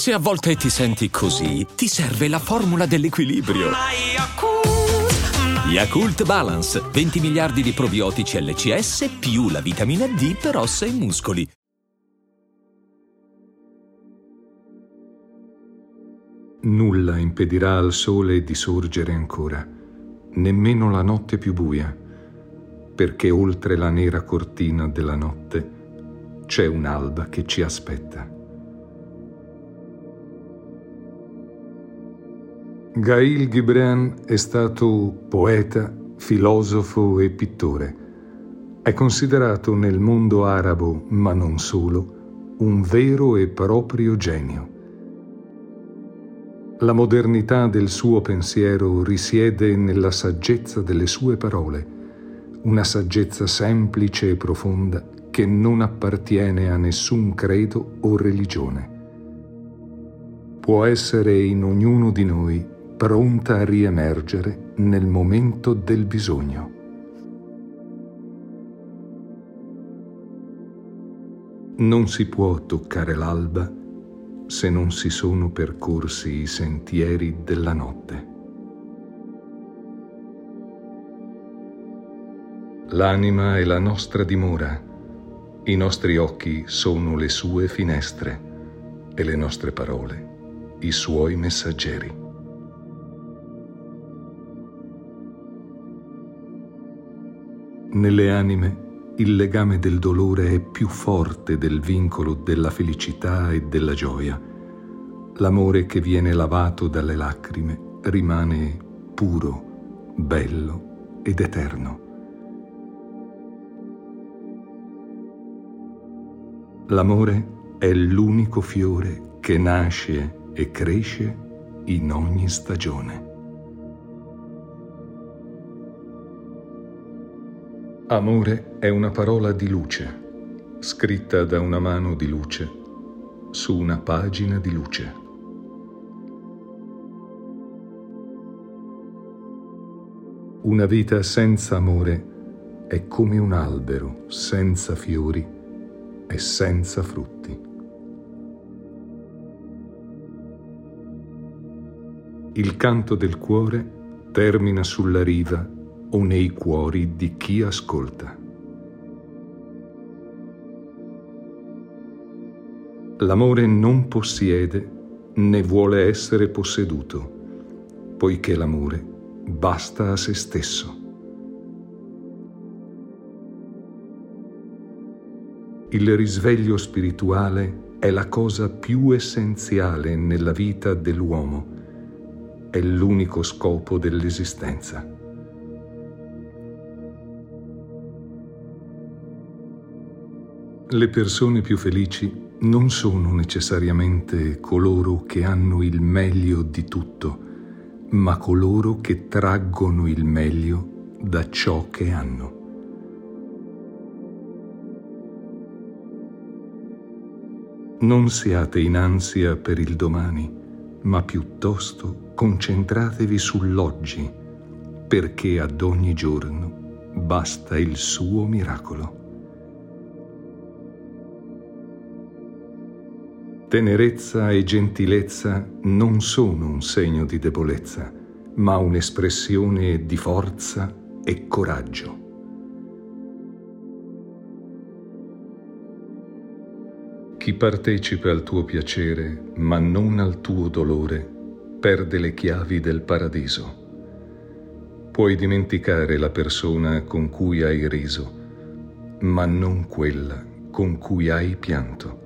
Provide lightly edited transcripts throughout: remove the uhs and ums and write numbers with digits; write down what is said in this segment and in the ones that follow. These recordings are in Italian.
Se a volte ti senti così, ti serve la formula dell'equilibrio. Yakult Balance, 20 miliardi di probiotici LCS più la vitamina D per ossa e muscoli. Nulla impedirà al sole di sorgere ancora, nemmeno la notte più buia, perché oltre la nera cortina della notte c'è un'alba che ci aspetta. Gail Gibran è stato poeta, filosofo e pittore. È considerato nel mondo arabo, ma non solo, un vero e proprio genio. La modernità del suo pensiero risiede nella saggezza delle sue parole, una saggezza semplice e profonda che non appartiene a nessun credo o religione. Può essere in ognuno di noi pronta a riemergere nel momento del bisogno. Non si può toccare l'alba se non si sono percorsi i sentieri della notte. L'anima è la nostra dimora, i nostri occhi sono le sue finestre e le nostre parole i suoi messaggeri. Nelle anime il legame del dolore è più forte del vincolo della felicità e della gioia. L'amore che viene lavato dalle lacrime rimane puro, bello ed eterno. L'amore è l'unico fiore che nasce e cresce in ogni stagione. Amore è una parola di luce, scritta da una mano di luce, su una pagina di luce. Una vita senza amore è come un albero senza fiori e senza frutti. Il canto del cuore termina sulla riva o nei cuori di chi ascolta. L'amore non possiede né vuole essere posseduto, poiché l'amore basta a se stesso. Il risveglio spirituale è la cosa più essenziale nella vita dell'uomo, è l'unico scopo dell'esistenza. Le persone più felici non sono necessariamente coloro che hanno il meglio di tutto, ma coloro che traggono il meglio da ciò che hanno. Non siate in ansia per il domani, ma piuttosto concentratevi sull'oggi, perché ad ogni giorno basta il suo miracolo. Tenerezza e gentilezza non sono un segno di debolezza, ma un'espressione di forza e coraggio. Chi partecipa al tuo piacere, ma non al tuo dolore, perde le chiavi del paradiso. Puoi dimenticare la persona con cui hai riso, ma non quella con cui hai pianto.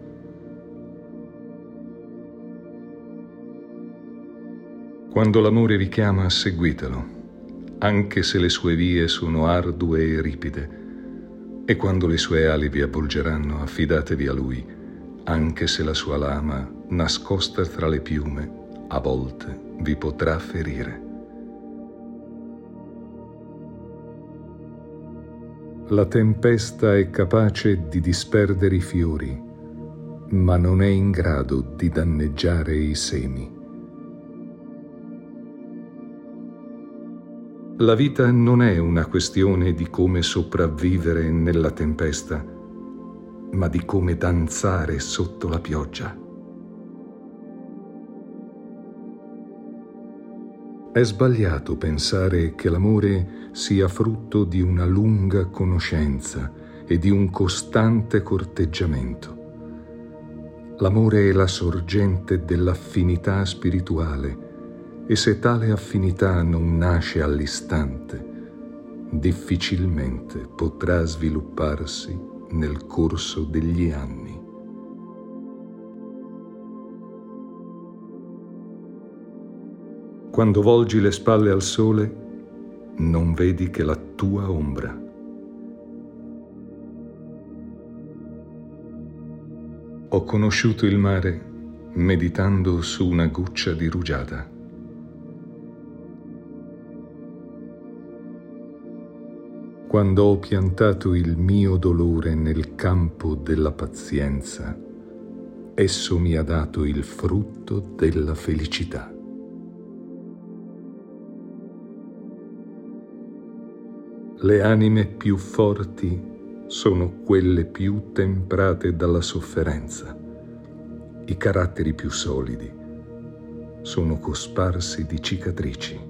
Quando l'amore vi chiama, seguitelo, anche se le sue vie sono ardue e ripide, e quando le sue ali vi avvolgeranno, affidatevi a lui, anche se la sua lama, nascosta tra le piume, a volte vi potrà ferire. La tempesta è capace di disperdere i fiori, ma non è in grado di danneggiare i semi. La vita non è una questione di come sopravvivere nella tempesta, ma di come danzare sotto la pioggia. È sbagliato pensare che l'amore sia frutto di una lunga conoscenza e di un costante corteggiamento. L'amore è la sorgente dell'affinità spirituale e se tale affinità non nasce all'istante, difficilmente potrà svilupparsi nel corso degli anni. Quando volgi le spalle al sole, non vedi che la tua ombra. Ho conosciuto il mare meditando su una goccia di rugiada. Quando ho piantato il mio dolore nel campo della pazienza, esso mi ha dato il frutto della felicità. Le anime più forti sono quelle più temprate dalla sofferenza. I caratteri più solidi sono cosparsi di cicatrici.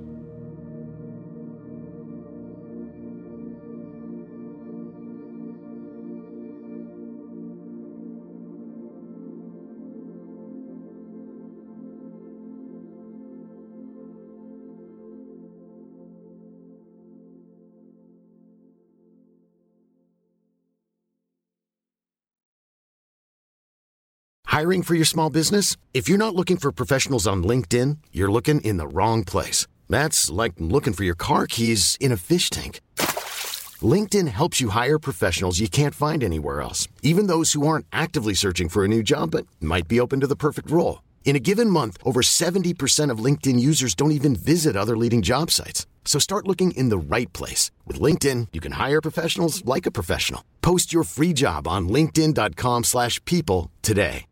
Hiring for your small business? If you're not looking for professionals on LinkedIn, you're looking in the wrong place. That's like looking for your car keys in a fish tank. LinkedIn helps you hire professionals you can't find anywhere else, even those who aren't actively searching for a new job but might be open to the perfect role. In a given month, over 70% of LinkedIn users don't even visit other leading job sites. So start looking in the right place. With LinkedIn, you can hire professionals like a professional. Post your free job on linkedin.com/people today.